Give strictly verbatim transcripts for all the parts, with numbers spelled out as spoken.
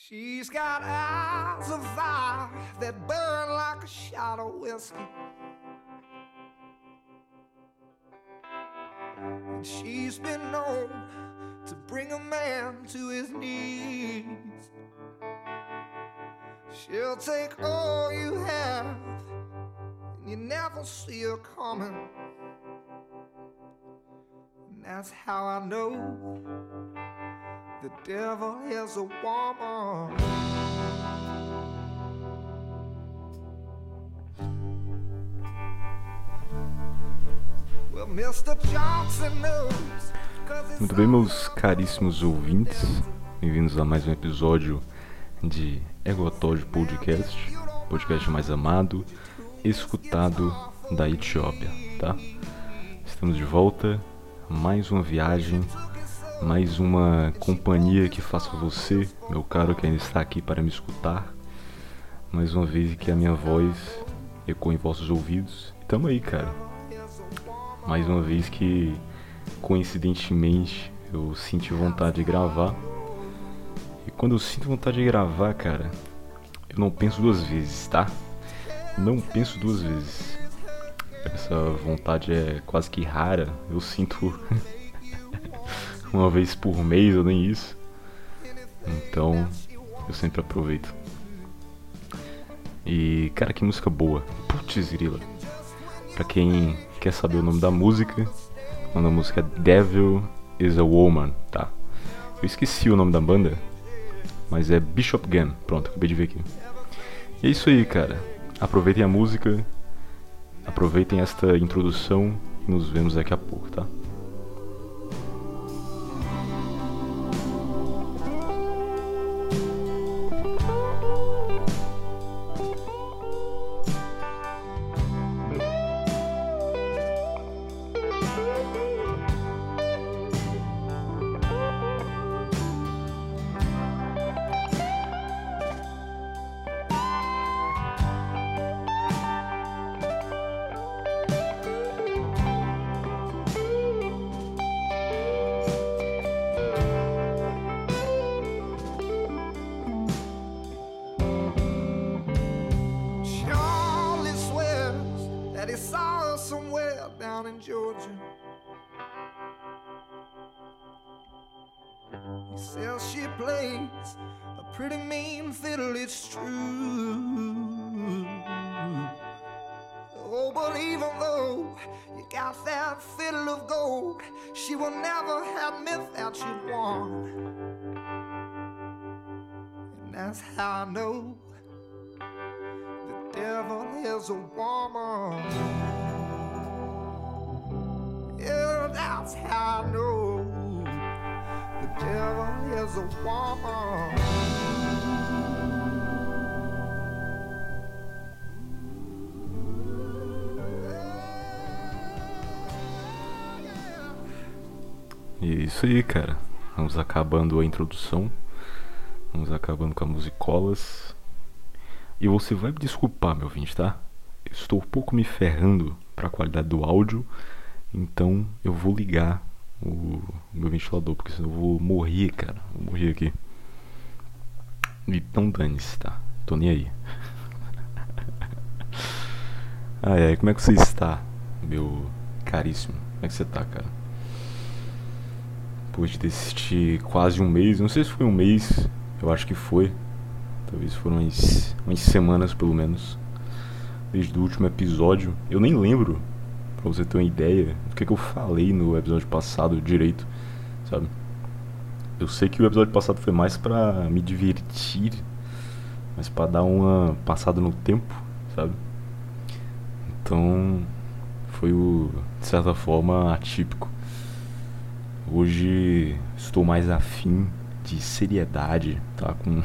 She's got eyes of fire that burn like a shot of whiskey. And she's been known to bring a man to his knees. She'll take all you have, and you never see her coming. And that's how I know the devil is a woman. Well, mister Johnson knows. Muito bem, meus caríssimos ouvintes, bem-vindos a mais um episódio de Egotod Podcast, podcast mais amado, escutado da Etiópia, tá? Estamos de volta, mais uma viagem, mais uma companhia que faço você, meu caro, que ainda está aqui para me escutar, mais uma vez que a minha voz ecoa em vossos ouvidos. E tamo aí, cara, mais uma vez que coincidentemente eu senti vontade de gravar. E quando eu sinto vontade de gravar, cara, eu não penso duas vezes, tá? Não penso duas vezes. Essa vontade é quase que rara. Eu sinto uma vez por mês ou nem isso. Então eu sempre aproveito. E cara, que música boa. Putz grila. Pra quem quer saber o nome da música, o nome da música é Devil is a Woman, tá? Eu esqueci o nome da banda, mas é Bishop Gun. Pronto, acabei de ver aqui. E é isso aí, cara. Aproveitem a música, aproveitem esta introdução e nos vemos daqui a pouco, tá? He saw her somewhere down in Georgia. He says she plays a pretty mean fiddle, it's true. Oh, but even though you got that fiddle of gold, she will never admit that you won. And that's how I know the devil is a woman. Yeah, that's how I know the devil is a woman. E é isso aí, cara. Vamos acabando a introdução. Vamos acabando com as musicolas. E você vai me desculpar, meu ouvinte, tá? Eu estou um pouco me ferrando para a qualidade do áudio, então eu vou ligar o meu ventilador, porque senão eu vou morrer, cara. Vou morrer aqui. Então dane-se, tá? Tô nem aí. Ai, ai, como é que você está, meu caríssimo? Como é que você tá, cara? Depois de assistir quase um mês, não sei se foi um mês, eu acho que foi. Talvez foram umas, umas semanas pelo menos desde o último episódio. Eu nem lembro, pra você ter uma ideia do que, que eu falei no episódio passado direito, sabe? Eu sei que o episódio passado foi mais pra me divertir, mas pra dar uma passada no tempo, sabe? Então foi o, de certa forma, atípico. Hoje estou mais afim de seriedade, tá? Com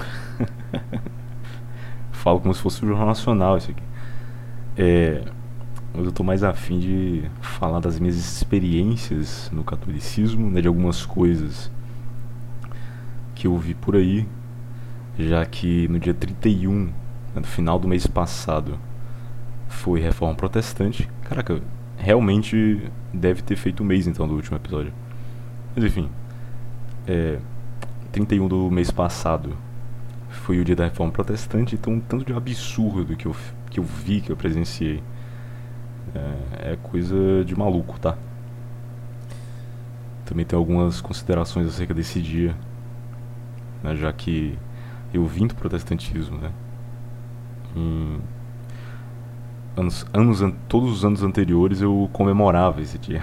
falo como se fosse um jornal nacional isso aqui. É, mas eu tô mais afim de falar das minhas experiências no catolicismo, né, de algumas coisas que eu vi por aí, já que no dia trinta e um, né, no final do mês passado, foi Reforma Protestante. Caraca, realmente deve ter feito um mês então do último episódio. Mas enfim, é, trinta e um do mês passado foi o dia da Reforma Protestante, então um tanto de absurdo que eu, que eu vi, que eu presenciei. É, é coisa de maluco, tá? Também tem algumas considerações acerca desse dia, né, já que eu vim do protestantismo, né? Em anos, anos, todos os anos anteriores eu comemorava esse dia.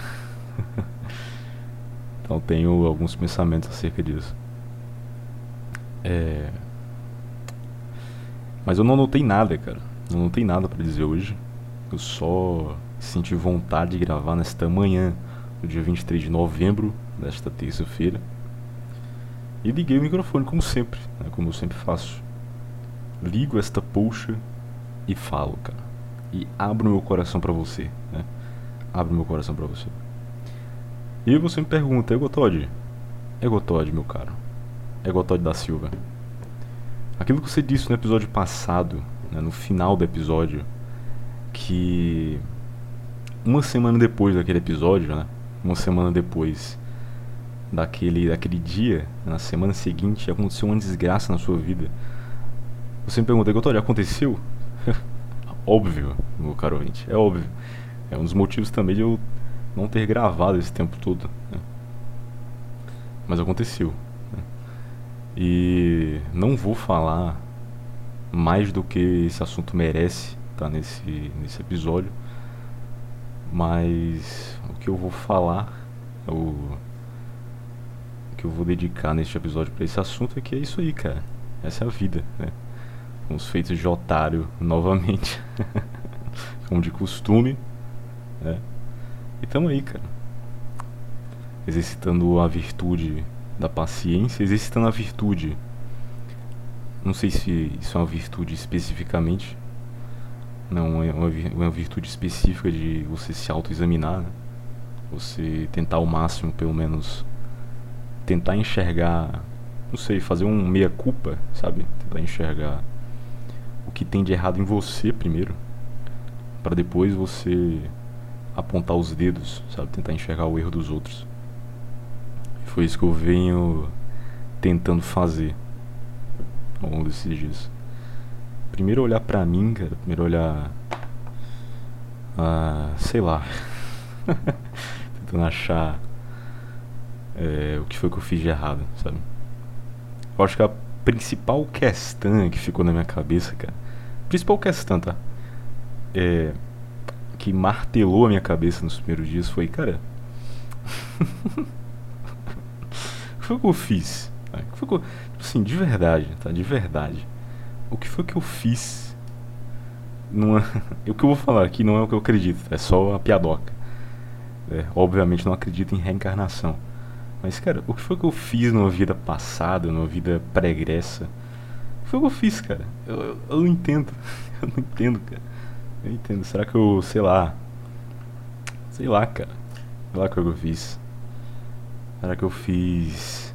Então tenho alguns pensamentos acerca disso. É... Mas eu não anotei nada, cara. Não anotei nada pra dizer hoje. Eu só senti vontade de gravar nesta manhã, no dia vinte e três de novembro, desta terça-feira. E liguei o microfone, como sempre, né? Como eu sempre faço. Ligo esta poxa e falo, cara. E abro meu coração pra você, né? Abro meu coração pra você. E aí você me pergunta, Egotod? Egotod, meu caro. Egotod da Silva. Aquilo que você disse no episódio passado, né, no final do episódio, que uma semana depois daquele episódio, né? Uma semana depois daquele, daquele dia, na semana seguinte, aconteceu uma desgraça na sua vida. Você me pergunta, Egotod, aconteceu? Óbvio, meu caro ouvinte, é óbvio. É um dos motivos também de eu não ter gravado esse tempo todo, né? Mas aconteceu, né? E não vou falar mais do que esse assunto merece, tá, nesse, nesse episódio. Mas o que eu vou falar, o, o que eu vou dedicar neste episódio pra esse assunto é que é isso aí, cara. Essa é a vida, né? Uns feitos de otário novamente, como de costume, né? E tamo aí, cara, exercitando a virtude da paciência, exercitando a virtude, não sei se isso é uma virtude especificamente, não é uma, uma virtude específica de você se autoexaminar, né? Você tentar ao máximo, pelo menos, tentar enxergar, não sei, fazer um meia-culpa, sabe? Tentar enxergar o que tem de errado em você primeiro, para depois você apontar os dedos, sabe? Tentar enxergar o erro dos outros. E foi isso que eu venho tentando fazer ao longo desses dias. Primeiro olhar pra mim, cara. Primeiro olhar... Ah, sei lá. Tentando achar é, o que foi que eu fiz de errado, sabe? Eu acho que a principal questão que ficou na minha cabeça, cara... Principal questão, tá? É... que martelou a minha cabeça nos primeiros dias foi, cara... o que foi que eu fiz? O que foi que eu... Tipo assim, de verdade, tá? De verdade. O que foi que eu fiz? Numa... o que eu vou falar aqui não é o que eu acredito, é só a piadoca. É, obviamente não acredito em reencarnação. Mas, cara, o que foi que eu fiz numa vida passada, numa vida pregressa? O que foi que eu fiz, cara? Eu, eu, eu não entendo. Eu não entendo, cara. Eu entendo. Será que eu, sei lá... Sei lá, cara. Sei lá o que eu fiz. Será que eu fiz...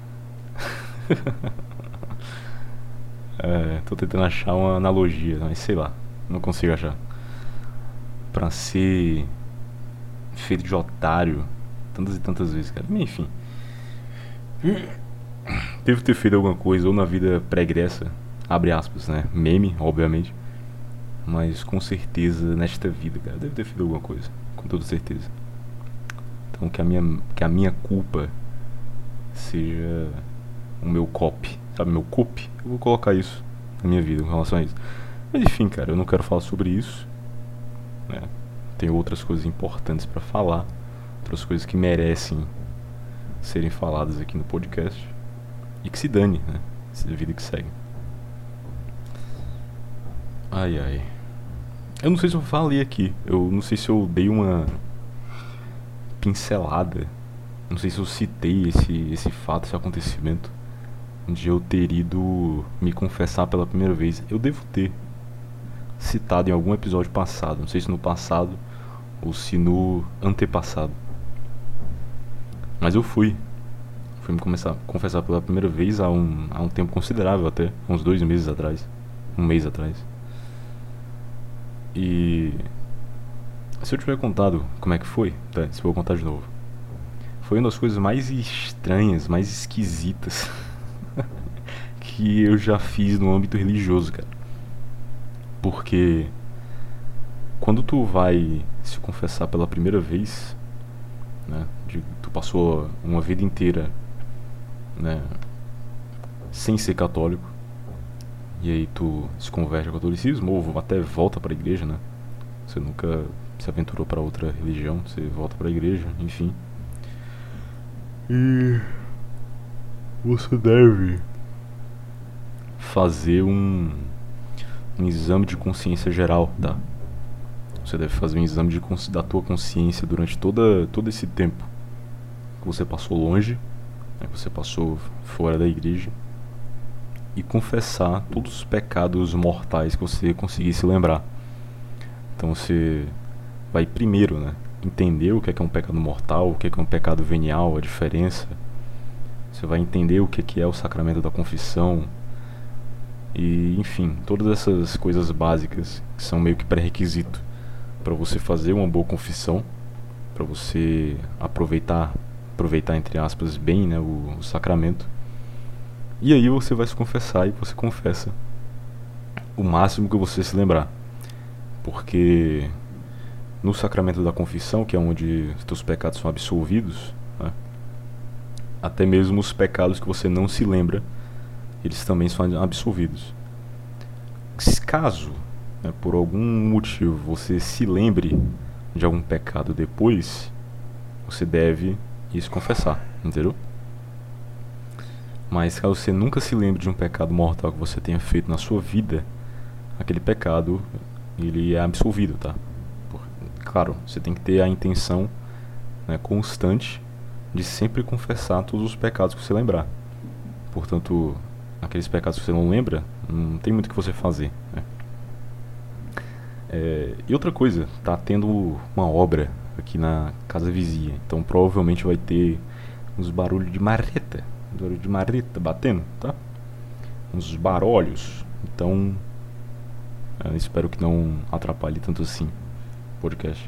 é, tô tentando achar uma analogia, mas sei lá. Não consigo achar. Pra ser... feito de otário tantas e tantas vezes, cara. Enfim. Devo ter feito alguma coisa, ou na vida pregressa, abre aspas, né? Meme, obviamente. Mas com certeza nesta vida, cara, devo ter feito alguma coisa, com toda certeza. Então que a minha, que a minha culpa seja o meu copy, sabe, meu copy. Eu vou colocar isso na minha vida com relação a isso. Mas enfim, cara, eu não quero falar sobre isso, né? Tem outras coisas importantes pra falar, outras coisas que merecem serem faladas aqui no podcast. E que se dane, né? Essa é a vida que segue. Ai, ai. Eu não sei se eu falei aqui. Eu não sei se eu dei uma pincelada. Não sei se eu citei esse, esse fato, esse acontecimento de eu ter ido me confessar pela primeira vez. Eu devo ter citado em algum episódio passado. Não sei se no passado ou se no antepassado. Mas eu fui. Fui me começar, confessar pela primeira vez há um, há um tempo considerável até. Uns dois meses atrás. Um mês atrás. E... se eu tiver contado como é que foi, tá, se eu vou contar de novo. Foi uma das coisas mais estranhas, mais esquisitas que eu já fiz no âmbito religioso, cara. Porque quando tu vai se confessar pela primeira vez, né, de, tu passou uma vida inteira, né, sem ser católico, e aí tu se converte ao catolicismo ou até volta para a igreja, né? Você nunca se aventurou para outra religião, você volta para a igreja, enfim. E você deve fazer um, um exame de consciência geral, tá? Você deve fazer um exame de, da tua consciência durante toda, todo esse tempo que você passou longe, né, que você passou fora da igreja, e confessar todos os pecados mortais que você conseguisse lembrar. Então você vai primeiro, né, entender o que é, que é um pecado mortal, o que é, que é um pecado venial, a diferença. Você vai entender o que é, que é o sacramento da confissão. E, enfim, todas essas coisas básicas que são meio que pré-requisito para você fazer uma boa confissão, para você aproveitar, aproveitar entre aspas bem, né, o, o sacramento. E aí você vai se confessar e você confessa o máximo que você se lembrar. Porque no sacramento da confissão, que é onde os teus pecados são absolvidos, né, até mesmo os pecados que você não se lembra, eles também são absolvidos. Caso, né, por algum motivo você se lembre de algum pecado depois, você deve ir se confessar, entendeu? Mas caso você nunca se lembre de um pecado mortal que você tenha feito na sua vida, aquele pecado, ele é absolvido, tá? Por, claro, você tem que ter a intenção, né, constante de sempre confessar todos os pecados que você lembrar. Portanto, aqueles pecados que você não lembra, não tem muito o que você fazer, né? É, e outra coisa, tá tendo uma obra aqui na casa vizinha, então provavelmente vai ter uns barulhos de marreta, uns barulhos de marreta batendo, tá? Uns barulhos, então eu espero que não atrapalhe tanto assim o podcast.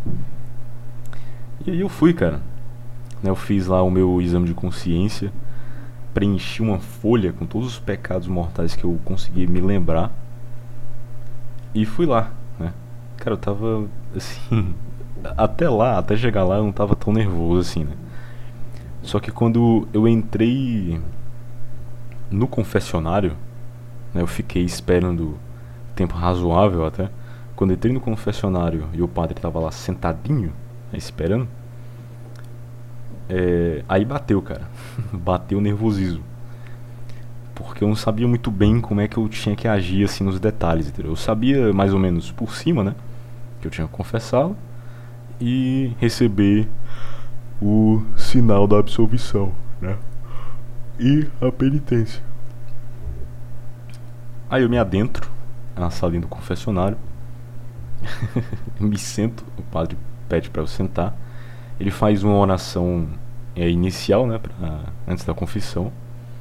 E aí eu fui, cara, né, eu fiz lá o meu exame de consciência, preenchi uma folha com todos os pecados mortais que eu consegui me lembrar e fui lá, né? Cara, eu tava assim, até lá, até chegar lá eu não tava tão nervoso assim, né? Só que quando eu entrei no confessionário, né, eu fiquei esperando tempo razoável até. Quando entrei no confessionário e o padre tava lá sentadinho, né, esperando, é, aí bateu, cara. Bateu o nervosismo. Porque eu não sabia muito bem como é que eu tinha que agir assim nos detalhes, entendeu? Eu sabia mais ou menos por cima, né, que eu tinha que confessá-lo e receber o sinal da absolvição, né, e a penitência. Aí eu me adentro na salinha do confessionário, me sento, o padre pede para eu sentar, ele faz uma oração é, inicial, né, pra, antes da confissão,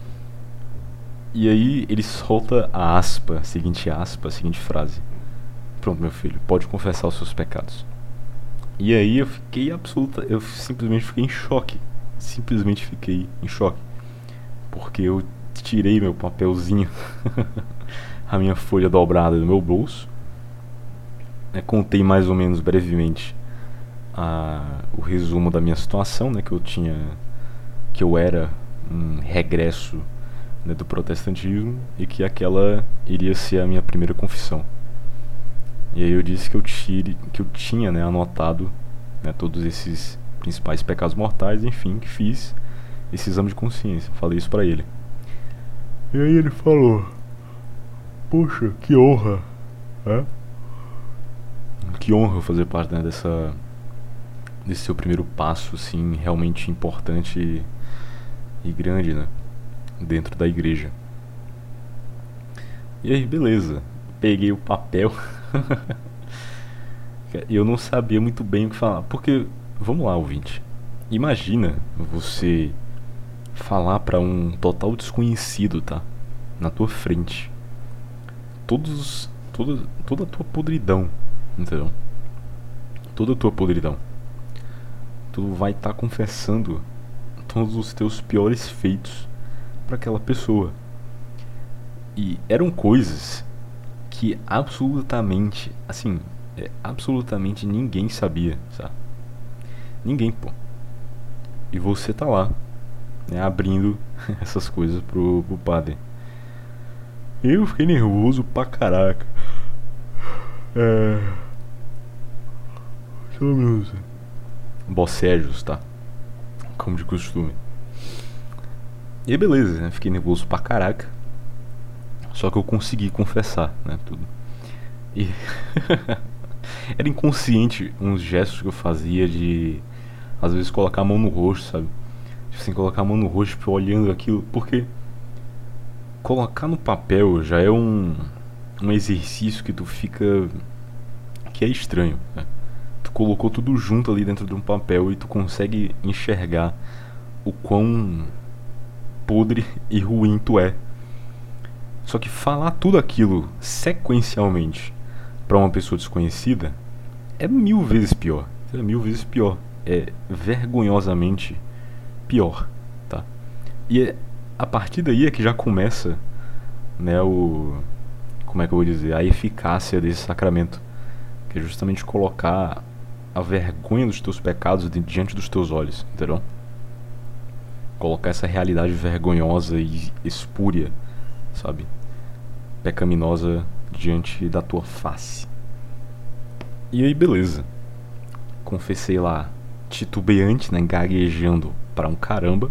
e aí ele solta a aspa, a seguinte aspa, a seguinte frase: pronto, meu filho, pode confessar os seus pecados. E aí eu fiquei absoluta, eu simplesmente fiquei em choque, simplesmente fiquei em choque, porque eu tirei meu papelzinho, a minha folha dobrada do meu bolso, né, contei mais ou menos brevemente a, o resumo da minha situação, né, que eu tinha, que eu era um regresso, né, do protestantismo e que aquela iria ser a minha primeira confissão. E aí eu disse que eu, tire, que eu tinha, né, anotado, né, todos esses principais pecados mortais, enfim, que fiz esse exame de consciência. Falei isso pra ele. E aí ele falou: poxa, que honra, é? Que honra fazer parte, né, dessa, desse seu primeiro passo, assim, realmente importante e, e grande, né, dentro da igreja. E aí, beleza, peguei o papel e eu não sabia muito bem o que falar, porque, vamos lá, ouvinte, imagina você falar pra um total desconhecido, tá, na tua frente, todos, toda, toda a tua podridão, entendeu? Toda a tua podridão. Tu vai estar tá confessando todos os teus piores feitos para aquela pessoa. E eram coisas que absolutamente, assim, é, absolutamente ninguém sabia, sabe? Ninguém, pô. E você tá lá, né, abrindo essas coisas pro, pro padre. Eu fiquei nervoso pra caraca. É. Só um minuto. Bocejos, tá? Como de costume. E aí, beleza, né? Fiquei nervoso pra caraca. Só que eu consegui confessar, né? Tudo. E. Era inconsciente uns gestos que eu fazia de. Às vezes colocar a mão no rosto, sabe? Tipo assim, colocar a mão no rosto, tipo, olhando aquilo. Porque. Colocar no papel já é um. Um exercício que tu fica. Que é estranho, né? Tu colocou tudo junto ali dentro de um papel e tu consegue enxergar o quão podre e ruim tu é. Só que falar tudo aquilo sequencialmente pra uma pessoa desconhecida é mil vezes pior. É mil vezes pior. É vergonhosamente pior, tá? E é, a partir daí é que já começa, né, o... Como é que eu vou dizer? A eficácia desse sacramento. Que é justamente colocar a vergonha dos teus pecados diante dos teus olhos, entendeu? Colocar essa realidade vergonhosa e espúria, sabe? Pecaminosa diante da tua face. E aí, beleza. Confessei lá, titubeante, né? Gaguejando pra um caramba.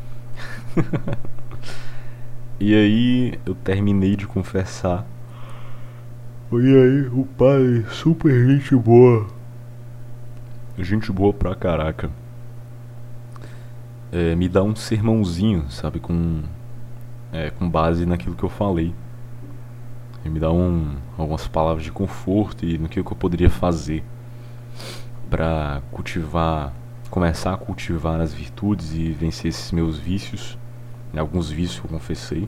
E aí, eu terminei de confessar. E aí, o pai, super gente boa. Gente boa pra caraca. É, me dá um sermãozinho, sabe? Com, é, com base naquilo que eu falei. E me dá um, algumas palavras de conforto e no que eu poderia fazer pra cultivar, começar a cultivar as virtudes e vencer esses meus vícios, né, alguns vícios que eu confessei.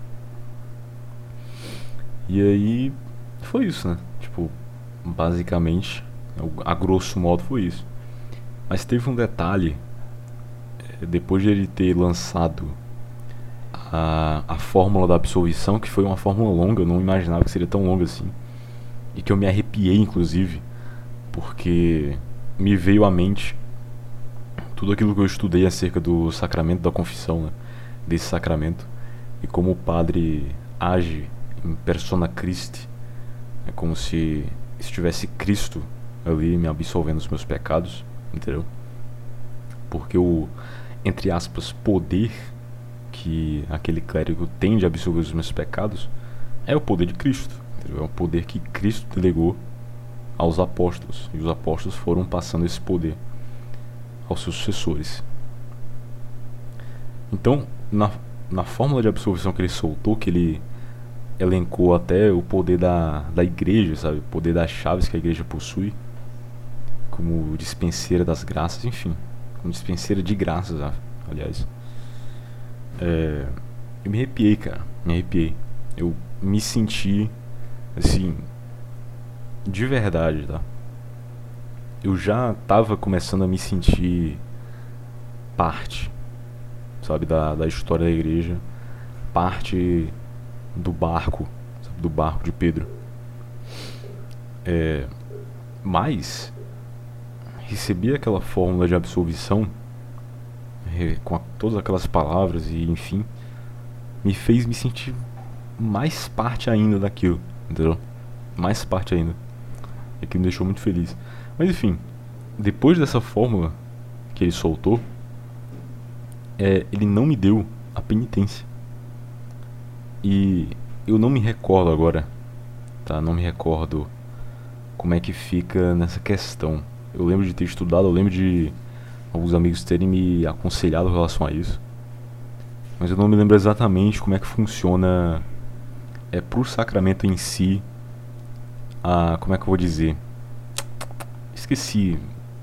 E aí foi isso, né? Tipo, basicamente, a grosso modo foi isso. Mas teve um detalhe, depois de ele ter lançado a, a fórmula da absolvição, que foi uma fórmula longa, eu não imaginava que seria tão longa assim, e que eu me arrepiei inclusive, porque me veio à mente tudo aquilo que eu estudei acerca do sacramento da confissão, né? Desse sacramento, e como o padre age em persona Christi. É como se estivesse Cristo ali me absolvendo dos meus pecados, entendeu? Porque o, entre aspas, poder que aquele clérigo tem de absolver os meus pecados é o poder de Cristo, entendeu? É o poder que Cristo delegou aos apóstolos, e os apóstolos foram passando esse poder aos seus sucessores. Então, na, na fórmula de absolvição que ele soltou, que ele elencou até o poder da, da igreja, sabe? O poder das chaves que a igreja possui, como dispenseira das graças, enfim, como dispenseira de graças, aliás. É, eu me arrepiei, cara, me arrepiei. Eu me senti, assim, de verdade, tá? Eu já tava começando a me sentir parte, sabe, da, da história da igreja, parte do barco, sabe, do barco de Pedro. É, mas recebi aquela fórmula de absolvição com a, todas aquelas palavras e enfim, me fez me sentir mais parte ainda daquilo, entendeu? Mais parte ainda. E que me deixou muito feliz. Mas enfim, depois dessa fórmula que ele soltou, é, ele não me deu a penitência. E eu não me recordo agora, tá? Não me recordo como é que fica nessa questão. Eu lembro de ter estudado, eu lembro de alguns amigos terem me aconselhado em relação a isso, mas eu não me lembro exatamente como é que funciona é pro sacramento em si. A, como é que eu vou dizer? Esqueci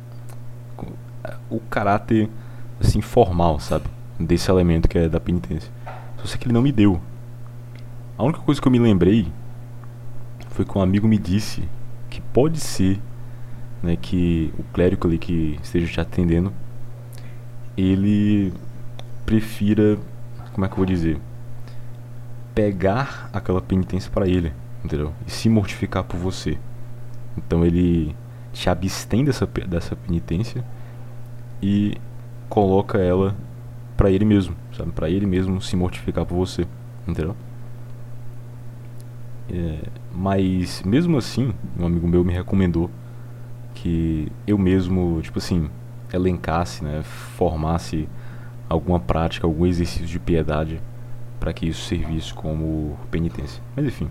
o caráter assim formal, sabe? Desse elemento que é da penitência. Só sei que ele não me deu. A única coisa que eu me lembrei foi que um amigo me disse que pode ser, né, que o clérigo ali que esteja te atendendo, ele prefira, como é que eu vou dizer? pegar aquela penitência pra ele, entendeu? E se mortificar por você. Então ele te abstém dessa, dessa penitência e coloca ela pra ele mesmo, sabe? Pra ele mesmo se mortificar por você, entendeu? É, mas mesmo assim, um amigo meu me recomendou que eu mesmo, tipo assim, elencasse, né, formasse alguma prática, algum exercício de piedade para que isso servisse como penitência. Mas enfim.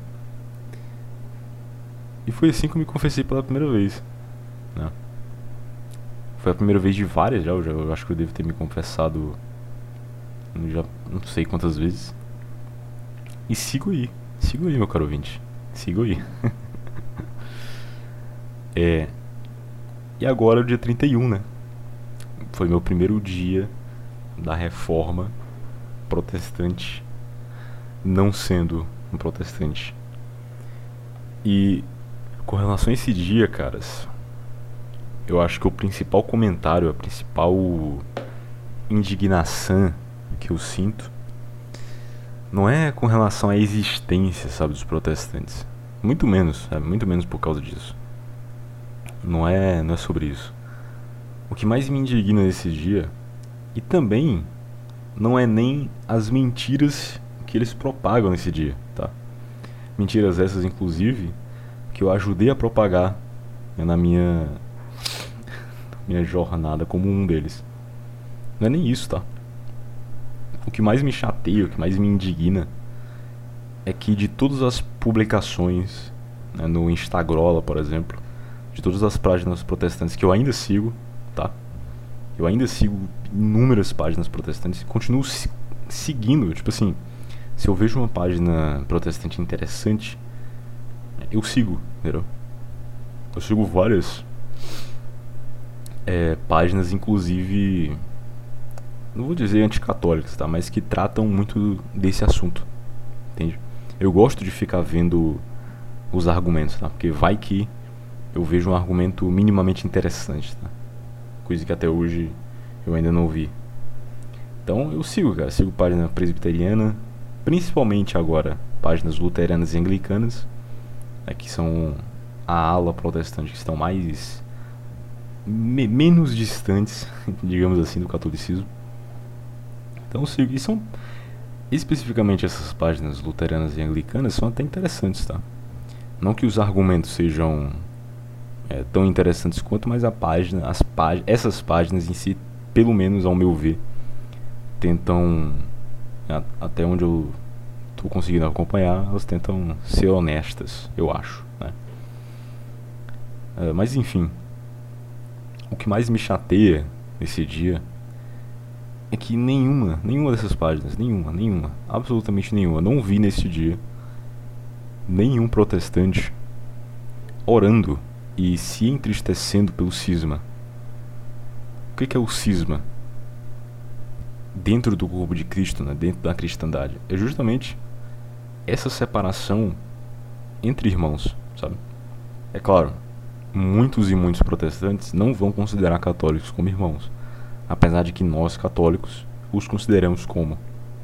E foi assim que eu me confessei pela primeira vez, né? Foi a primeira vez de várias já, eu, já, eu acho que eu devo ter me confessado já não sei quantas vezes. E sigo aí, sigo aí, meu caro ouvinte, sigo aí. É, e agora é o dia trinta e um, né? Foi meu primeiro dia da reforma protestante, não sendo um protestante. E com relação a esse dia, caras, eu acho que o principal comentário, a principal indignação que eu sinto não é com relação à existência, sabe, dos protestantes. Muito menos, sabe? Muito menos por causa disso. Não é, não é sobre isso. O que mais me indigna nesse dia, e também não é nem as mentiras que eles propagam nesse dia, tá? Mentiras essas, inclusive, que eu ajudei a propagar, né, na minha minha jornada como um deles. Não é nem isso, tá? O que mais me chateia, o que mais me indigna é que de todas as publicações, né, no Instagram, por exemplo, de todas as páginas protestantes que eu ainda sigo, tá? Eu ainda sigo inúmeras páginas protestantes e continuo se- seguindo, tipo assim, se eu vejo uma página protestante interessante, eu sigo, entendeu? Eu sigo várias é, páginas, inclusive, não vou dizer anticatólicas, tá? Mas que tratam muito desse assunto, entende? Eu gosto de ficar vendo os argumentos, tá? Porque vai que eu vejo um argumento minimamente interessante, tá? Coisa que até hoje eu ainda não vi. Então eu sigo, cara, sigo página presbiteriana, principalmente agora páginas luteranas e anglicanas, né, que são a ala protestante que estão mais me- menos distantes, digamos assim, do catolicismo. Então eu sigo, e são especificamente essas páginas luteranas e anglicanas são até interessantes, tá? Não que os argumentos sejam é, tão interessantes quanto, mas a página, as pá- essas páginas em si, pelo menos ao meu ver, tentam, a- até onde eu tô conseguindo acompanhar, elas tentam ser honestas, eu acho, né? É, mas enfim, o que mais me chateia nesse dia é que nenhuma, nenhuma dessas páginas, nenhuma, nenhuma, absolutamente nenhuma, não vi nesse dia nenhum protestante orando e se entristecendo pelo cisma. O que que é o cisma? Dentro do corpo de Cristo, né? Dentro da cristandade. É justamente essa separação entre irmãos, sabe? É claro, muitos e muitos protestantes não vão considerar católicos como irmãos, apesar de que nós, católicos, os consideramos como.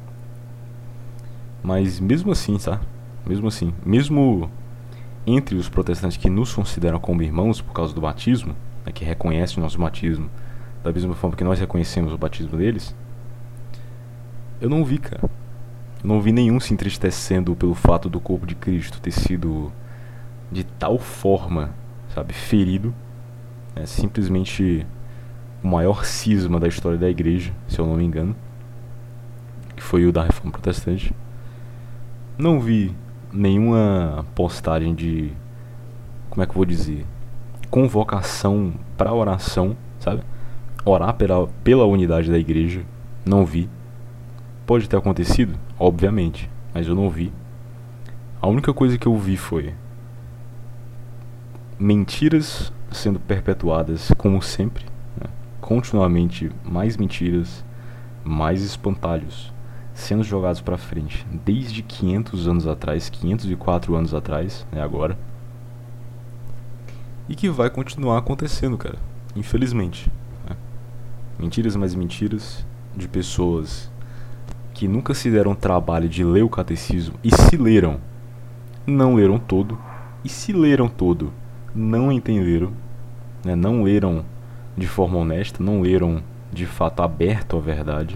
Mas mesmo assim, tá? Mesmo assim, mesmo entre os protestantes que nos consideram como irmãos por causa do batismo, né, que reconhecem o nosso batismo da mesma forma que nós reconhecemos o batismo deles, eu não vi, cara. Eu não vi nenhum se entristecendo pelo fato do corpo de Cristo ter sido de tal forma, sabe, ferido. É simplesmente o maior cisma da história da igreja, se eu não me engano, que foi o da Reforma Protestante. Não vi nenhuma postagem de, como é que eu vou dizer, convocação para oração, sabe? Orar pela, pela unidade da igreja. Não vi. Pode ter acontecido, obviamente, mas eu não vi. A única coisa que eu vi foi mentiras sendo perpetuadas como sempre, né? Continuamente mais mentiras, mais espantalhos sendo jogados pra frente desde quinhentos anos atrás, quinhentos e quatro anos atrás, né, agora. E que vai continuar acontecendo, cara, infelizmente, né? Mentiras mais mentiras de pessoas que nunca se deram o trabalho de ler o catecismo e se leram, não leram todo, e se leram todo, não entenderam, né, não leram de forma honesta, não leram de fato aberto à verdade,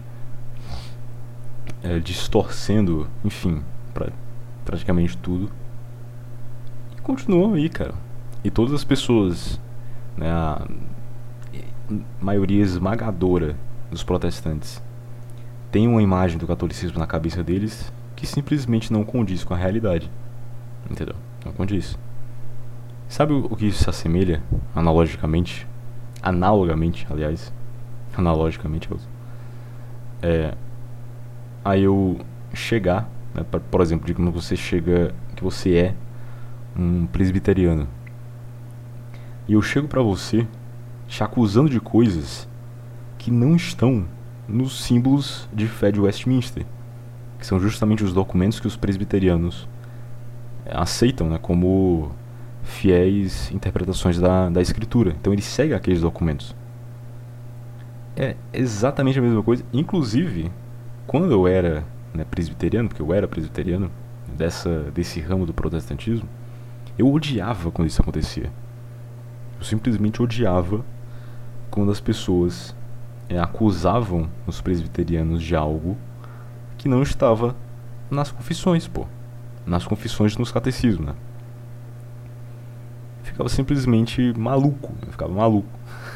é, distorcendo, enfim, pra, praticamente tudo, e continuam aí, cara. E todas as pessoas, né, a maioria esmagadora dos protestantes, tem uma imagem do catolicismo na cabeça deles que simplesmente não condiz com a realidade, entendeu? Não condiz. Sabe o que isso se assemelha analogicamente? Analogamente, aliás, analogicamente, é a eu chegar, né, pra, por exemplo, digamos que você chega, que você é um presbiteriano, e eu chego pra você te acusando de coisas que não estão nos símbolos de fé de Westminster, que são justamente os documentos que os presbiterianos aceitam, né, como fiéis interpretações da, da escritura. Então eles seguem aqueles documentos. É exatamente a mesma coisa. Inclusive, quando eu era, né, presbiteriano, porque eu era presbiteriano dessa, desse ramo do protestantismo, eu odiava quando isso acontecia. Eu simplesmente odiava quando as pessoas é, acusavam os presbiterianos de algo que não estava nas confissões, pô. Nas confissões, nos catecismos, né? Ficava simplesmente maluco. Eu ficava maluco.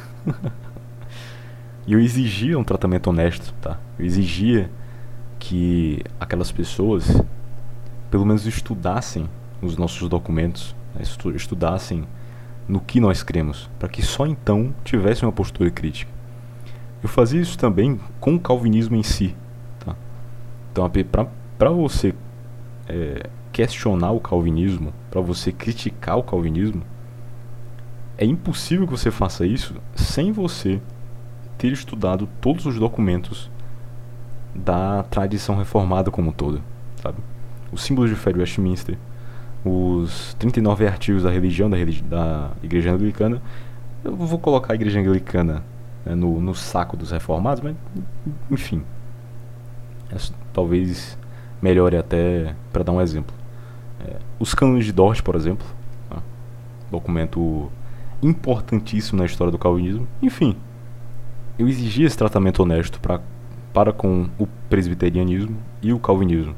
E eu exigia um tratamento honesto, tá? Eu exigia que aquelas pessoas pelo menos estudassem os nossos documentos, né? Estudassem no que nós cremos, para que só então tivesse uma postura crítica. Eu fazia isso também com o calvinismo em si, tá? Então, para você é, questionar o calvinismo, para você criticar o calvinismo, é impossível que você faça isso sem você ter estudado todos os documentos da tradição reformada como um todo, sabe? Os símbolos de fé de Westminster, os trinta e nove artigos da religião da, religi- da Igreja Anglicana. Eu vou colocar a Igreja Anglicana, né, no, no saco dos reformados, mas enfim, é, talvez melhore até para dar um exemplo. É, os cânones de Dort, por exemplo, né, documento importantíssimo na história do calvinismo. Enfim, eu exigia esse tratamento honesto pra, para com o presbiterianismo e o calvinismo.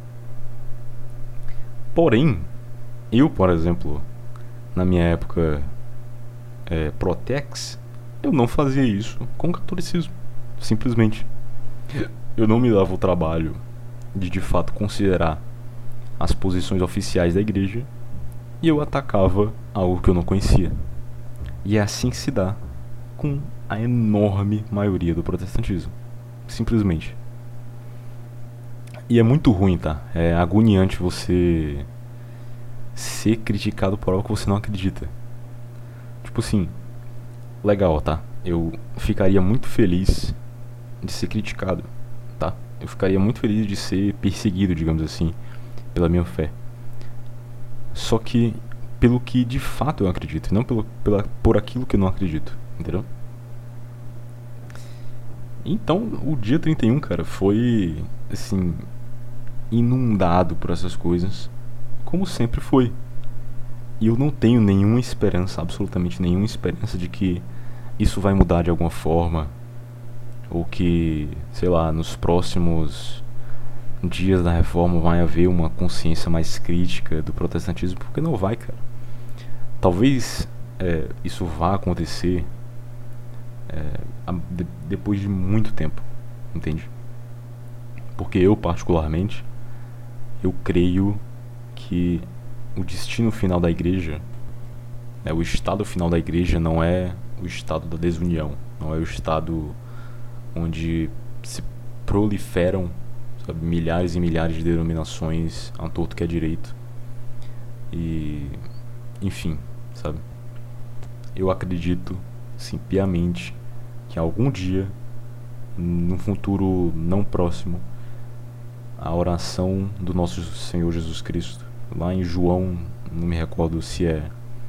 Porém, eu, por exemplo, na minha época é, Protex, eu não fazia isso com o catolicismo. Simplesmente. Eu não me dava o trabalho de de fato considerar as posições oficiais da igreja, e eu atacava algo que eu não conhecia. E é assim que se dá com a enorme maioria do protestantismo. Simplesmente. E é muito ruim, tá? É agoniante você ser criticado por algo que você não acredita. Tipo assim, legal, tá? Eu ficaria muito feliz de ser criticado, tá? Eu ficaria muito feliz de ser perseguido, digamos assim, pela minha fé. Só que pelo que de fato eu acredito, e não pelo, pela, por aquilo que eu não acredito, entendeu? Então, o dia trinta e um, cara, foi, assim, inundado por essas coisas, como sempre foi. E eu não tenho nenhuma esperança, absolutamente nenhuma esperança de que isso vai mudar de alguma forma, ou que, sei lá, nos próximos dias da reforma vai haver uma consciência mais crítica do protestantismo, porque não vai, cara. Talvez é, isso vá acontecer é, a, de, depois de muito tempo, entende? Porque eu, particularmente, eu creio que o destino final da igreja, né, o estado final da igreja não é o estado da desunião, não é o estado onde se proliferam, sabe, milhares e milhares de denominações a torto que é direito. E, enfim, sabe? Eu acredito, sim, piamente, que algum dia, num futuro não próximo, a oração do nosso Senhor Jesus Cristo, lá em João, não me recordo se é,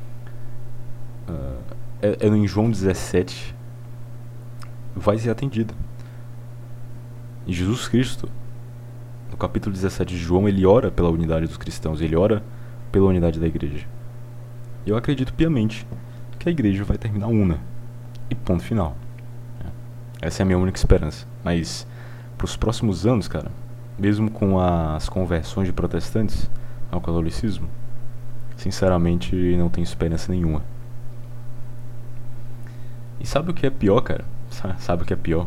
uh, é, é em João dezessete, vai ser atendida. E Jesus Cristo, no capítulo dezessete de João, ele ora pela unidade dos cristãos, ele ora pela unidade da igreja. Eu acredito piamente que a igreja vai terminar una. E ponto final. Essa é a minha única esperança. Mas, para os próximos anos, cara, mesmo com as conversões de protestantes ao catolicismo, sinceramente não tenho esperança nenhuma. E sabe o que é pior, cara? Sabe o que é pior?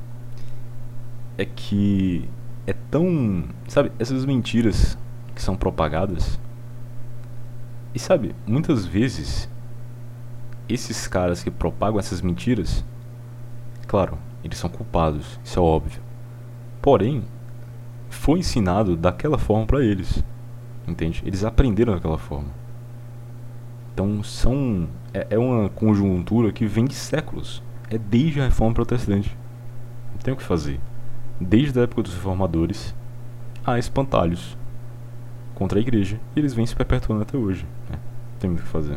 É que é tão... Sabe, essas mentiras que são propagadas... E sabe, muitas vezes, esses caras que propagam essas mentiras, claro, eles são culpados, isso é óbvio. Porém, foi ensinado daquela forma pra eles, entende? Eles aprenderam daquela forma. Então, são é, é uma conjuntura que vem de séculos. É desde a Reforma Protestante. Não tem o que fazer. Desde a época dos reformadores, há espantalhos contra a igreja, e eles vêm se perpetuando até hoje, né? Tem muito o que fazer.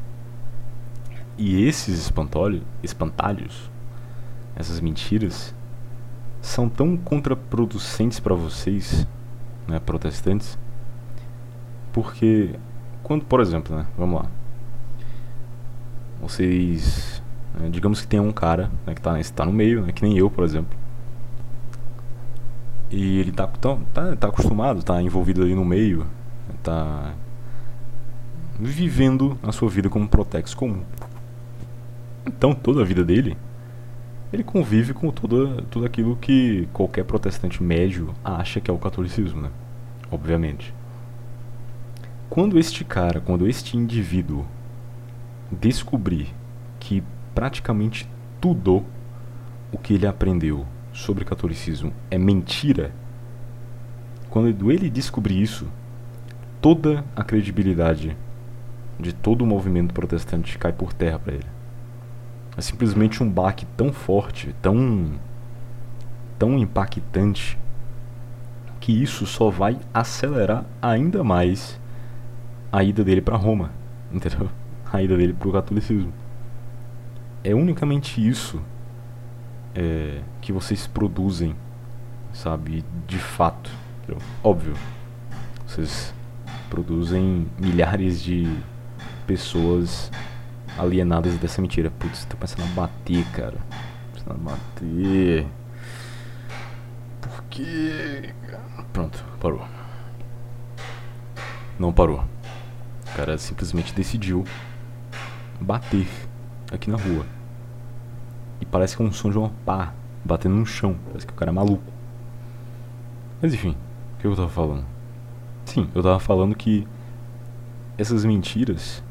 E esses espantalhos, espantalhos, essas mentiras, são tão contraproducentes para vocês, né, protestantes, porque quando, por exemplo, né, vamos lá, vocês, né, digamos que tem um cara, né, que está tá no meio, né, que nem eu, por exemplo. E ele tá, tá, tá, tá acostumado, tá envolvido ali no meio, tá vivendo a sua vida como um protex comum. Então, toda a vida dele, ele convive com toda, tudo aquilo que qualquer protestante médio acha que é o catolicismo, né? Obviamente. Quando este cara, quando este indivíduo descobrir que praticamente tudo o que ele aprendeu sobre catolicismo é mentira, quando ele descobrir isso, toda a credibilidade de todo o movimento protestante cai por terra para ele. É simplesmente um baque tão forte, tão tão impactante, que isso só vai acelerar ainda mais a ida dele para Roma, entendeu? A ida dele para o catolicismo. É unicamente isso É, que vocês produzem, sabe, de fato, entendeu? Óbvio, vocês produzem milhares de pessoas alienadas dessa mentira. Putz, tô pensando em bater, cara, pensando em bater, porque... Pronto, parou. Não parou. O cara simplesmente decidiu bater aqui na rua. E parece que é um som de uma pá batendo no chão. Parece que o cara é maluco. Mas enfim, o que eu tava falando? Sim, eu tava falando que essas mentiras,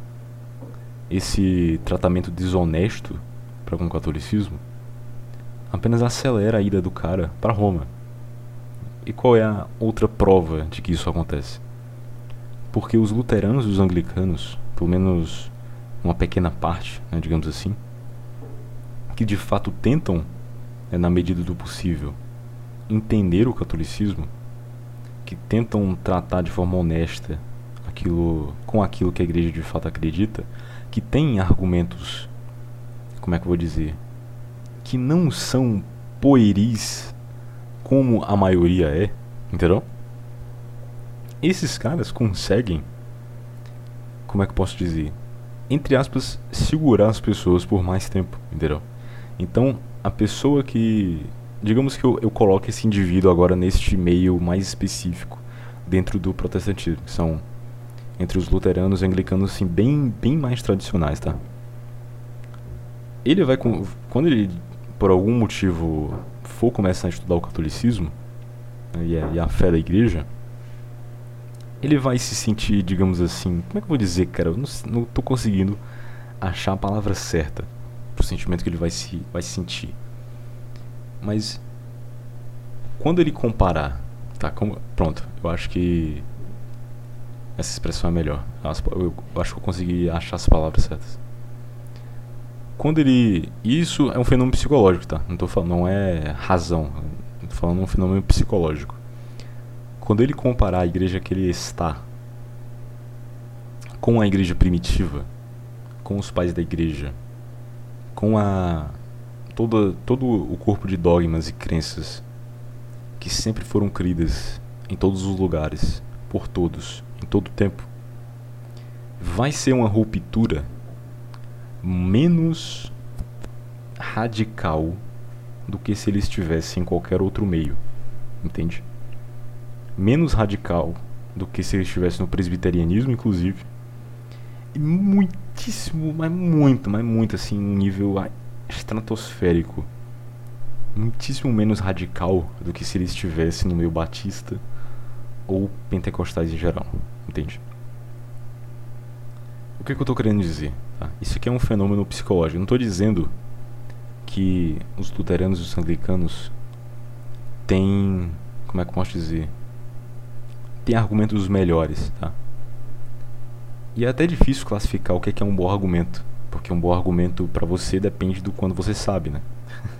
esse tratamento desonesto para com o catolicismo, apenas acelera a ida do cara para Roma. E qual é a outra prova de que isso acontece? Porque os luteranos e os anglicanos, pelo menos uma pequena parte, né, digamos assim, que de fato tentam, né, na medida do possível, entender o catolicismo, que tentam tratar de forma honesta aquilo, com aquilo que a igreja de fato acredita, que tem argumentos, como é que eu vou dizer, que não são pueris como a maioria é, entendeu? Esses caras conseguem, como é que eu posso dizer, entre aspas, segurar as pessoas por mais tempo, entendeu? Então, a pessoa que... Digamos que eu, eu coloque esse indivíduo agora neste meio mais específico dentro do protestantismo, que são entre os luteranos e anglicanos, assim, bem, bem mais tradicionais, tá? Ele vai... Quando ele, por algum motivo, for começar a estudar o catolicismo, né, e, a, e a fé da igreja, ele vai se sentir, digamos assim... Como é que eu vou dizer, cara? Eu não, não tô conseguindo achar a palavra certa pro sentimento que ele vai se, vai se sentir. Mas quando ele comparar, tá, como, pronto, eu acho que essa expressão é melhor. Eu, eu acho que eu consegui achar as palavras certas. Quando ele, isso é um fenômeno psicológico, tá? Não tô falando, não é razão. Tô falando um fenômeno psicológico. Quando ele comparar a igreja que ele está com a igreja primitiva, com os pais da igreja, com a todo, todo o corpo de dogmas e crenças que sempre foram cridas em todos os lugares, por todos, em todo o tempo, vai ser uma ruptura menos radical do que se ele estivesse em qualquer outro meio, entende? Menos radical do que se ele estivesse no presbiterianismo, inclusive, e muitíssimo, mas muito, mas muito assim, um nível estratosférico, muitíssimo menos radical do que se ele estivesse no meio batista ou pentecostais em geral, entende? O que, que eu estou querendo dizer? Tá? Isso aqui é um fenômeno psicológico. Eu não estou dizendo que os luteranos e os anglicanos têm, como é que eu posso dizer, têm argumentos melhores, tá? E é até difícil classificar o que é, que é um bom argumento, porque um bom argumento para você depende do quando você sabe, né?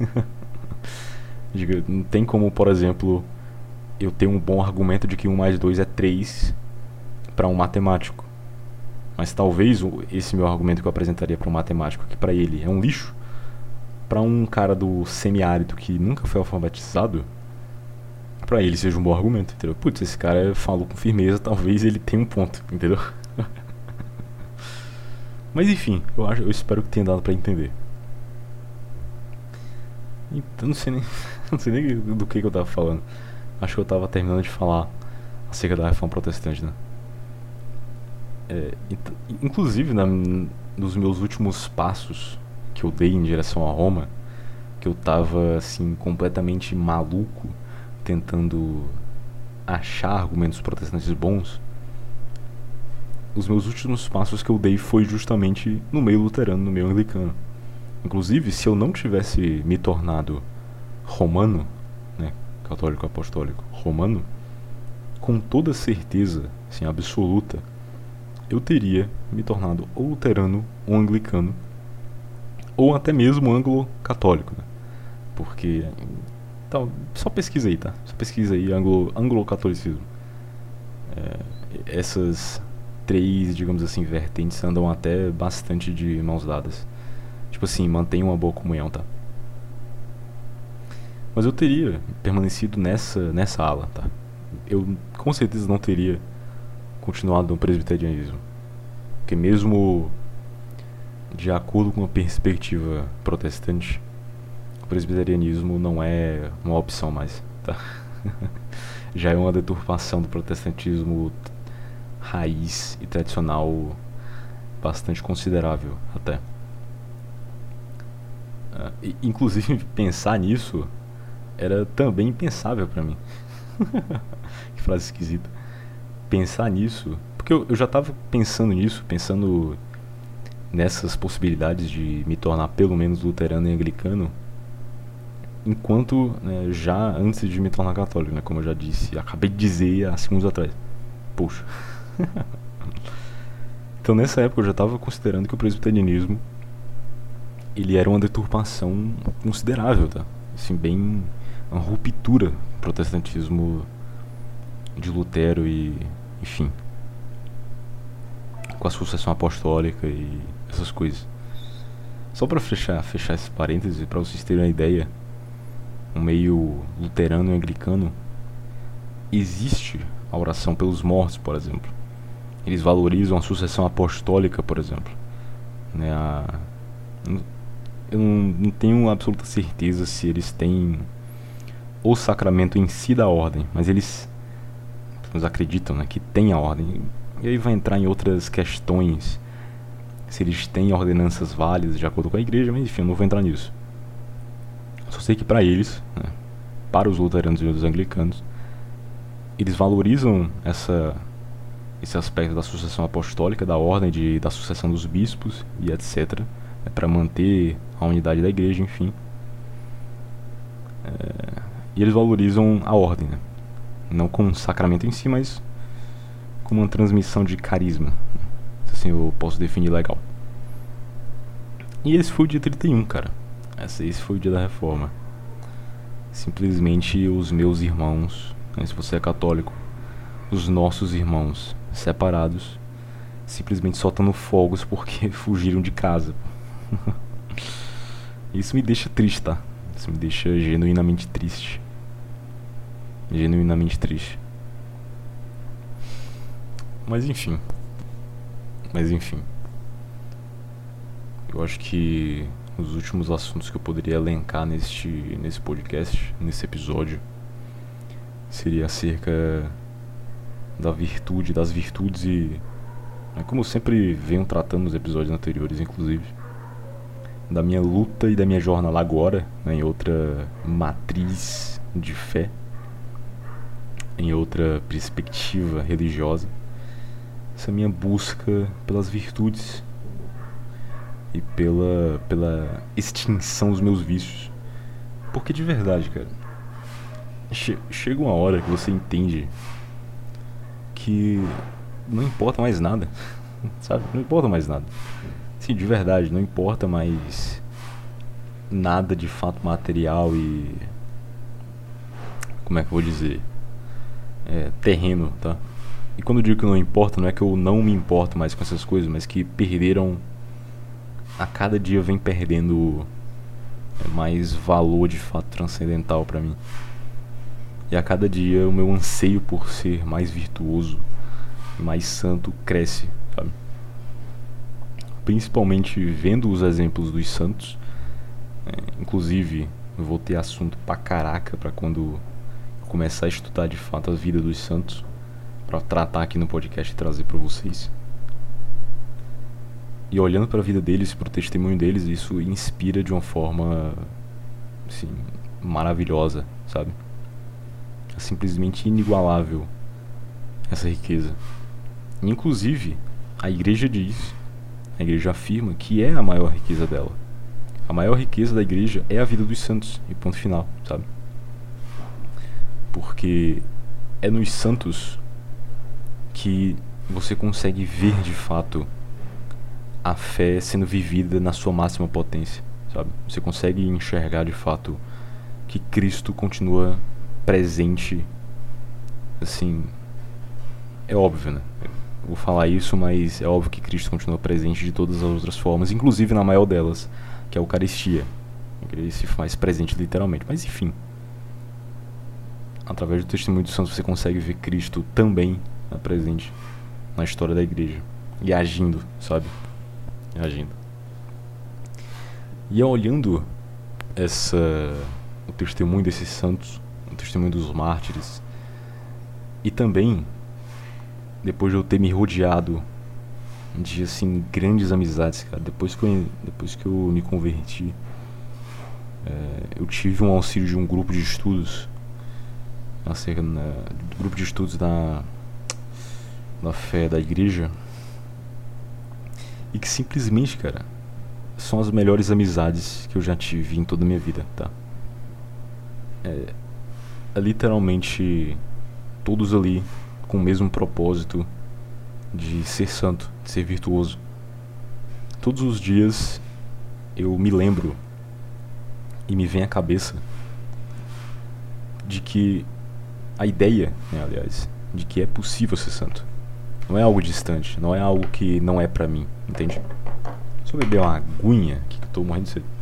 Não tem como, por exemplo, eu ter um bom argumento de que um mais dois é três para um matemático. Mas talvez esse meu argumento que eu apresentaria para um matemático, que para ele é um lixo, para um cara do semiárido que nunca foi alfabetizado, para ele seja um bom argumento, entendeu? Putz, esse cara falou com firmeza, talvez ele tenha um ponto, entendeu? Mas enfim, eu, acho, eu espero que tenha dado para entender. Então não sei nem, não sei nem do que, que eu tava falando. Acho que eu tava terminando de falar acerca da reforma protestante, né? É, inclusive, na, nos meus últimos passos que eu dei em direção a Roma, que eu tava assim completamente maluco tentando achar argumentos protestantes bons, os meus últimos passos que eu dei foi justamente no meio luterano, no meio anglicano. Inclusive, se eu não tivesse me tornado romano, né, católico apostólico romano, com toda certeza, assim, absoluta, eu teria me tornado ou luterano ou anglicano, ou até mesmo anglo-católico, né? Porque então, só pesquisa aí, tá? Só pesquisa aí anglo, anglo-catolicismo. É, essas três, digamos assim, vertentes andam até bastante de mãos dadas. Tipo assim, mantém uma boa comunhão, tá? Mas eu teria permanecido nessa, nessa ala, tá? Eu com certeza não teria continuado no presbiterianismo. Porque mesmo de acordo com a perspectiva protestante, o presbiterianismo não é uma opção mais, tá? Já é uma deturpação do protestantismo raiz e tradicional bastante considerável até. Uh, e, inclusive pensar nisso era também impensável pra mim. Que frase esquisita. Pensar nisso, porque eu, eu já tava pensando nisso, pensando nessas possibilidades de me tornar pelo menos luterano e anglicano, enquanto, né, já antes de me tornar católico, né, como eu já disse, acabei de dizer há segundos atrás. Poxa. Então nessa época eu já estava considerando que o presbiterianismo ele era uma deturpação considerável, tá? Assim, bem uma ruptura do protestantismo de Lutero e, enfim, com a sucessão apostólica e essas coisas. Só para fechar, fechar esse parêntese, para vocês terem uma ideia, no meio luterano e anglicano existe a oração pelos mortos, por exemplo. Eles valorizam a sucessão apostólica, por exemplo, né? A, eu não, não tenho absoluta certeza se eles têm o sacramento em si da ordem, mas eles, eles acreditam, né, que tem a ordem. E aí vai entrar em outras questões, se eles têm ordenanças válidas de acordo com a igreja, mas enfim, eu não vou entrar nisso. Só sei que para eles, né, para os luteranos e os anglicanos, eles valorizam essa, esse aspecto da sucessão apostólica, da ordem, de, da sucessão dos bispos e etcétera, né, para manter a unidade da igreja, enfim. É, e eles valorizam a ordem, né? Não como um sacramento em si, mas como uma transmissão de carisma, assim eu posso definir legal. E esse foi o dia trinta e um, cara. Esse, esse foi o dia da reforma. Simplesmente os meus irmãos, né, se você é católico, os nossos irmãos separados, simplesmente soltando fogos porque fugiram de casa. Isso me deixa triste, tá? Isso me deixa genuinamente triste. Genuinamente triste. Mas enfim. Mas enfim. Eu acho que os últimos assuntos que eu poderia elencar neste, nesse podcast, nesse episódio, seria acerca da virtude, das virtudes e... É como eu sempre venho tratando nos episódios anteriores, inclusive, da minha luta e da minha jornada agora, né, em outra matriz de fé, em outra perspectiva religiosa, essa minha busca pelas virtudes e pela, pela extinção dos meus vícios. Porque de verdade, cara, che- chega uma hora que você entende que não importa mais nada, sabe? Não importa mais nada. Sim, de verdade, não importa mais nada de fato material e... Como é que eu vou dizer? É, terreno, tá? E quando eu digo que não importa, não é que eu não me importo mais com essas coisas, mas que perderam... A cada dia vem perdendo mais valor de fato transcendental pra mim. E a cada dia o meu anseio por ser mais virtuoso e mais santo cresce, sabe? Principalmente vendo os exemplos dos santos. É, inclusive, eu vou ter assunto pra caraca pra quando começar a estudar de fato a vida dos santos, pra tratar aqui no podcast e trazer pra vocês. E olhando para a vida deles, para o testemunho deles, isso inspira de uma forma, assim, maravilhosa, sabe? É simplesmente inigualável essa riqueza. Inclusive, a igreja diz, a igreja afirma que é a maior riqueza dela. A maior riqueza da igreja é a vida dos santos, e ponto final, sabe? Porque é nos santos que você consegue ver de fato a fé sendo vivida na sua máxima potência, sabe? Você consegue enxergar de fato que Cristo continua presente, assim, é óbvio, né? Eu vou falar isso, mas é óbvio que Cristo continua presente de todas as outras formas, inclusive na maior delas, que é a Eucaristia. Ele se faz presente literalmente, mas enfim. Através do testemunho dos santos você consegue ver Cristo também, né, presente na história da igreja e agindo, sabe? Agindo. E olhando essa, o testemunho desses santos, o testemunho dos mártires, e também depois de eu ter me rodeado de assim grandes amizades, cara, depois que eu, depois que eu me converti, é, eu tive um auxílio de um grupo de estudos acerca na, do grupo de estudos da da fé da igreja. E que simplesmente, cara, são as melhores amizades que eu já tive em toda a minha vida, tá? É, é literalmente todos ali com o mesmo propósito de ser santo, de ser virtuoso. Todos os dias eu me lembro e me vem à cabeça de que a ideia, né, aliás, de que é possível ser santo. Não é algo distante, não é algo que não é pra mim, entende? Deixa eu beber uma aguinha aqui que eu tô morrendo de sede.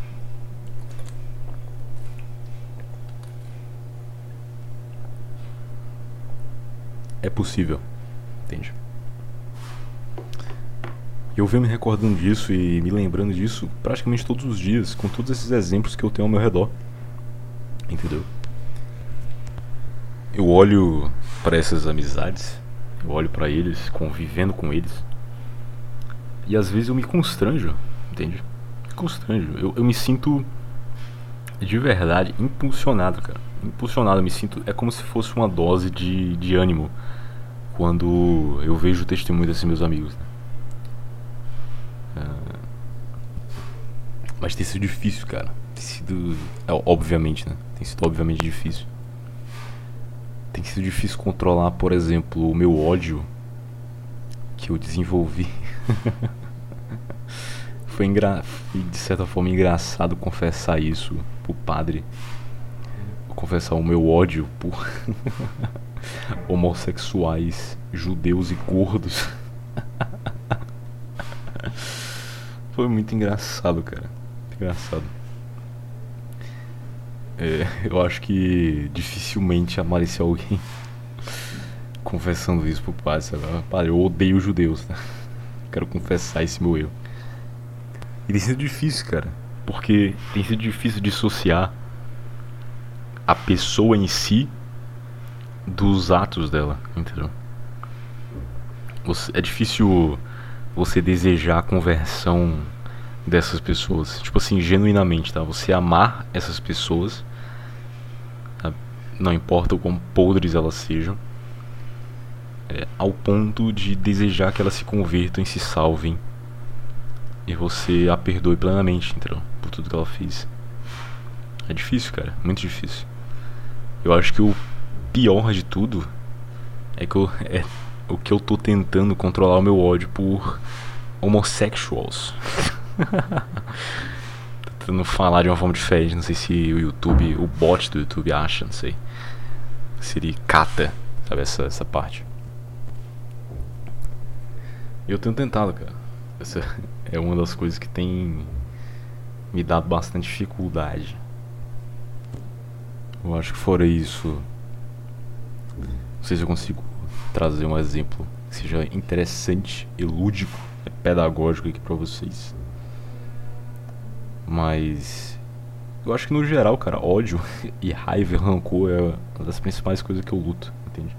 É possível, entende? E eu venho me recordando disso e me lembrando disso praticamente todos os dias, com todos esses exemplos que eu tenho ao meu redor, entendeu? Eu olho para essas amizades, eu olho pra eles, convivendo com eles, e às vezes eu me constranjo, entende? Me constranjo, eu, eu me sinto de verdade impulsionado, cara. Impulsionado, eu me sinto, é como se fosse uma dose de, de ânimo quando eu vejo o testemunho desses meus amigos, né? É... Mas tem sido difícil, cara. Tem sido, é, obviamente, né? Tem sido obviamente difícil. Tem sido difícil controlar, por exemplo, o meu ódio que eu desenvolvi. Foi engra... de certa forma engraçado confessar isso pro padre. Confessar o meu ódio por homossexuais, judeus e gordos. Foi muito engraçado, cara. Muito engraçado. É, eu acho que dificilmente apareceu alguém confessando isso pro pai, sabe? Pai, eu odeio judeus, tá? Quero confessar esse meu erro. E tem sido difícil, cara. Porque tem sido difícil dissociar a pessoa em si dos atos dela, entendeu? Você, é difícil você desejar a conversão dessas pessoas. Tipo assim, genuinamente, tá? Você amar essas pessoas, tá? Não importa o quão podres elas sejam, é, ao ponto de desejar que elas se convertam e se salvem. E você a perdoe plenamente, entendeu? Por tudo que ela fez. É difícil, cara. Muito difícil. Eu acho que o pior de tudo é que eu, é o que eu tô tentando controlar o meu ódio por homossexuals. Tentando falar de uma forma diferente. Não sei se o YouTube, o bot do YouTube acha, não sei. Se ele cata, sabe, essa, essa parte. E eu tenho tentado, cara. Essa é uma das coisas que tem me dado bastante dificuldade. Eu acho que fora isso, não sei se eu consigo trazer um exemplo que seja interessante e lúdico, e pedagógico aqui pra vocês. Mas eu acho que no geral, cara, ódio e raiva e rancor é uma das principais coisas que eu luto, entende?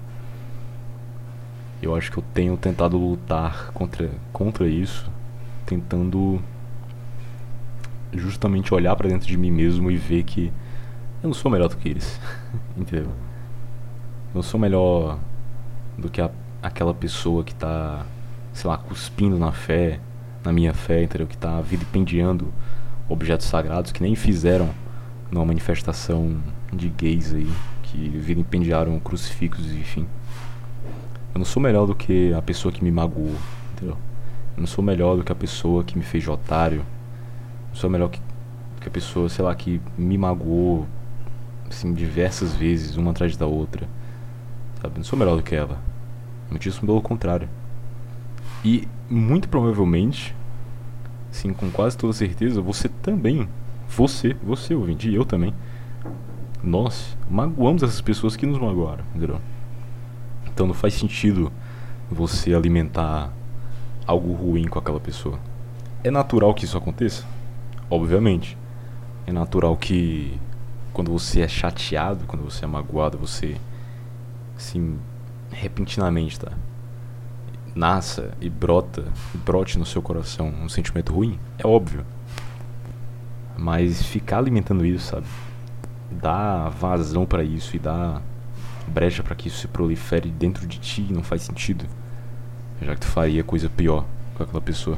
Eu acho que eu tenho tentado lutar contra, contra isso, tentando justamente olhar pra dentro de mim mesmo e ver que eu não sou melhor do que eles, entendeu? Eu não sou melhor do que a, aquela pessoa que tá, sei lá, cuspindo na fé, na minha fé, entendeu? Que tá vilipendiando objetos sagrados que nem fizeram numa manifestação de gays aí, que vilipendiaram crucifixos, enfim. Eu não sou melhor do que a pessoa que me magoou, entendeu? Eu não sou melhor do que a pessoa que me fez de otário. Eu não sou melhor que, que a pessoa, sei lá, que me magoou assim, diversas vezes, uma atrás da outra, sabe? Eu não sou melhor do que ela. Muitíssimo pelo contrário. E muito provavelmente, sim, com quase toda certeza, você também, você, você ouvinte, e eu também, nós magoamos essas pessoas que nos magoaram, entendeu? Então não faz sentido você alimentar algo ruim com aquela pessoa. É natural que isso aconteça? Obviamente. É natural que quando você é chateado, quando você é magoado, você, assim, repentinamente, tá? Nasça e brota, brote no seu coração um sentimento ruim, é óbvio. Mas ficar alimentando isso, sabe? Dar vazão pra isso e dar brecha pra que isso se prolifere dentro de ti não faz sentido. Já que tu faria coisa pior com aquela pessoa.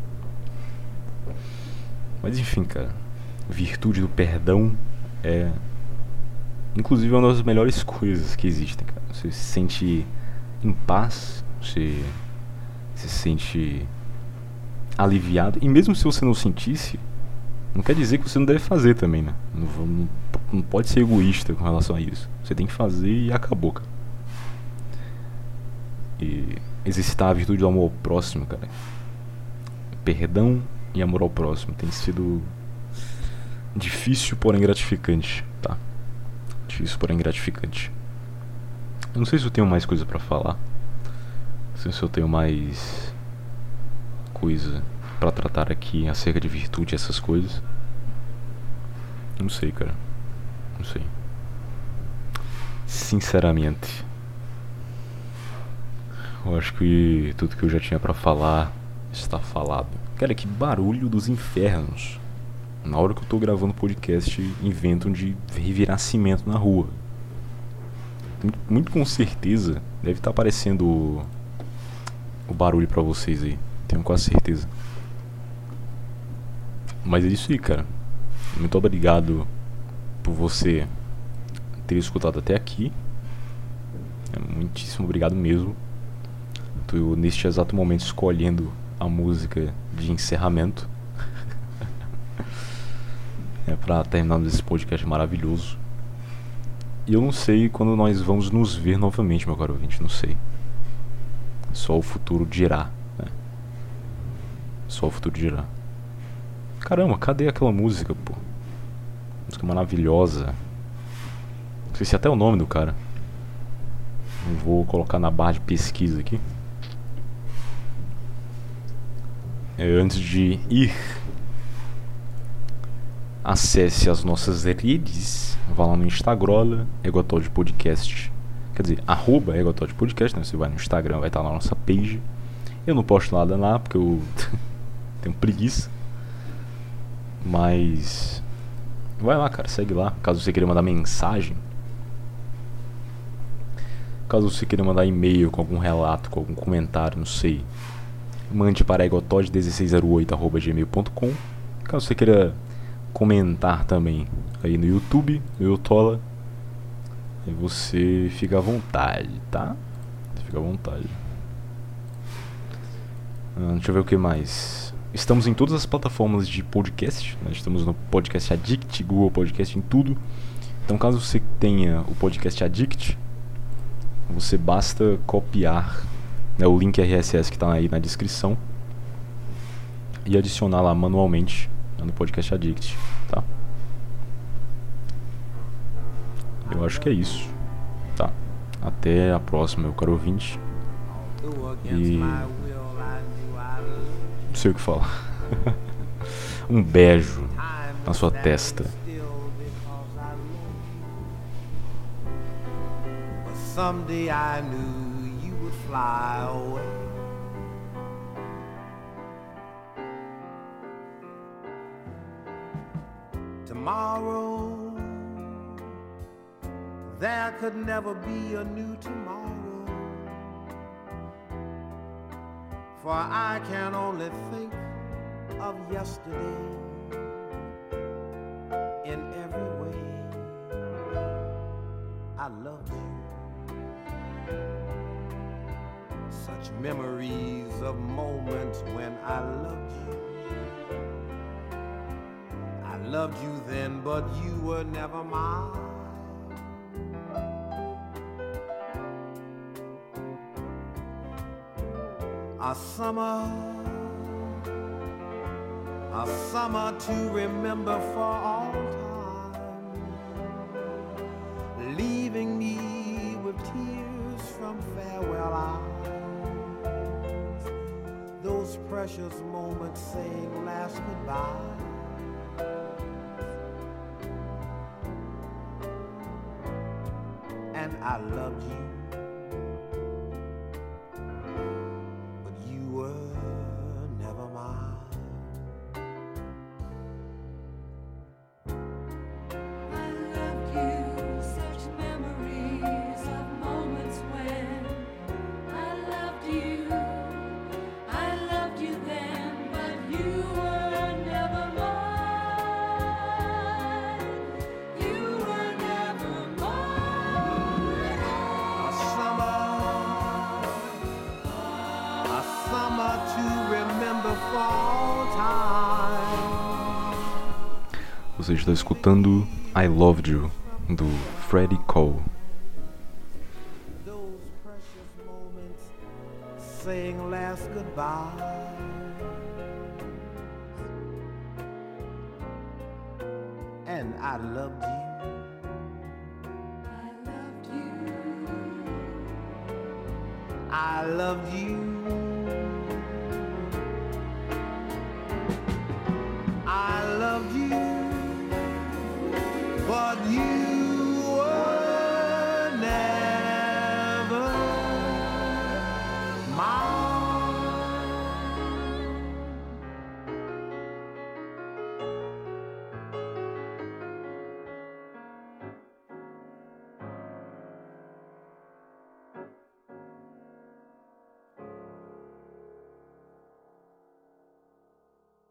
Mas enfim, cara. Virtude do perdão é, inclusive, uma das melhores coisas que existem, cara. Você se sente em paz, você se sente aliviado. E mesmo se você não sentisse, não quer dizer que você não deve fazer também, né? Não, não, não pode ser egoísta com relação a isso. Você tem que fazer e acabou, cara. E exercitar a virtude do amor ao próximo, cara. Perdão e amor ao próximo tem sido difícil, porém gratificante, tá? Difícil, porém gratificante. Eu não sei se eu tenho mais coisa pra falar. Não sei se eu tenho mais coisa pra tratar aqui acerca de virtude e essas coisas. Não sei, cara. Não sei. Sinceramente, eu acho que tudo que eu já tinha pra falar está falado. Cara, que barulho dos infernos. Na hora que eu tô gravando o podcast, inventam de revirar cimento na rua. Muito, muito com certeza deve estar aparecendo o, o barulho pra vocês aí. Tenho quase certeza. Mas é isso aí, cara. Muito obrigado por você ter escutado até aqui. Muitíssimo obrigado mesmo. Tô neste exato momento escolhendo a música de encerramento. É pra terminar esse podcast maravilhoso. E eu não sei quando nós vamos nos ver novamente, meu caro ouvinte. Não sei. Só o futuro dirá, né? Só o futuro dirá. Caramba, cadê aquela música, pô? Música maravilhosa. Não sei se até o nome do cara. Eu vou colocar na barra de pesquisa aqui. É, antes de ir, acesse as nossas redes. Vá lá no Instagram, Egotod Podcast. Quer dizer, arroba Egotod Podcast, né? Você vai no Instagram, vai estar lá na nossa page. Eu não posto nada lá porque eu tenho preguiça. Mas vai lá, cara, segue lá. Caso você queira mandar mensagem, caso você queira mandar e-mail com algum relato, com algum comentário, não sei, mande para egotod um seis zero oito arroba gmail ponto com. Caso você queira comentar também aí no YouTube, no Youtola, aí você fica à vontade, tá? Fica à vontade. Ah, deixa eu ver o que mais. Estamos em todas as plataformas de podcast, né? Estamos no Podcast Addict, Google Podcast, em tudo. Então caso você tenha o Podcast Addict, você basta copiar, né, o link R S S que está aí na descrição e adicionar lá manualmente, né, no Podcast Addict, tá? Eu acho que é isso, tá? Até a próxima, meu caro ouvinte. E não sei o que falar. Um beijo na sua testa. Someday I knew you would fly away. Tomorrow, there could never be a new tomorrow, for I can only think of yesterday in every way. I loved you. Such memories of moments when I loved you. I loved you then, but you were never mine. A summer, a summer to remember for all time, leaving me with tears from farewell eyes. Those precious moments saying last goodbye. And I loved you, but you were never mine. I loved you, such memories of moments when I loved you. I loved you then, but you were never mine. You were never mine. A summer, a summer to remember for all time. Você está escutando I Loved You, do Freddie Cole. Those precious moments saying last goodbye. And I loved you, I loved you. I loved you.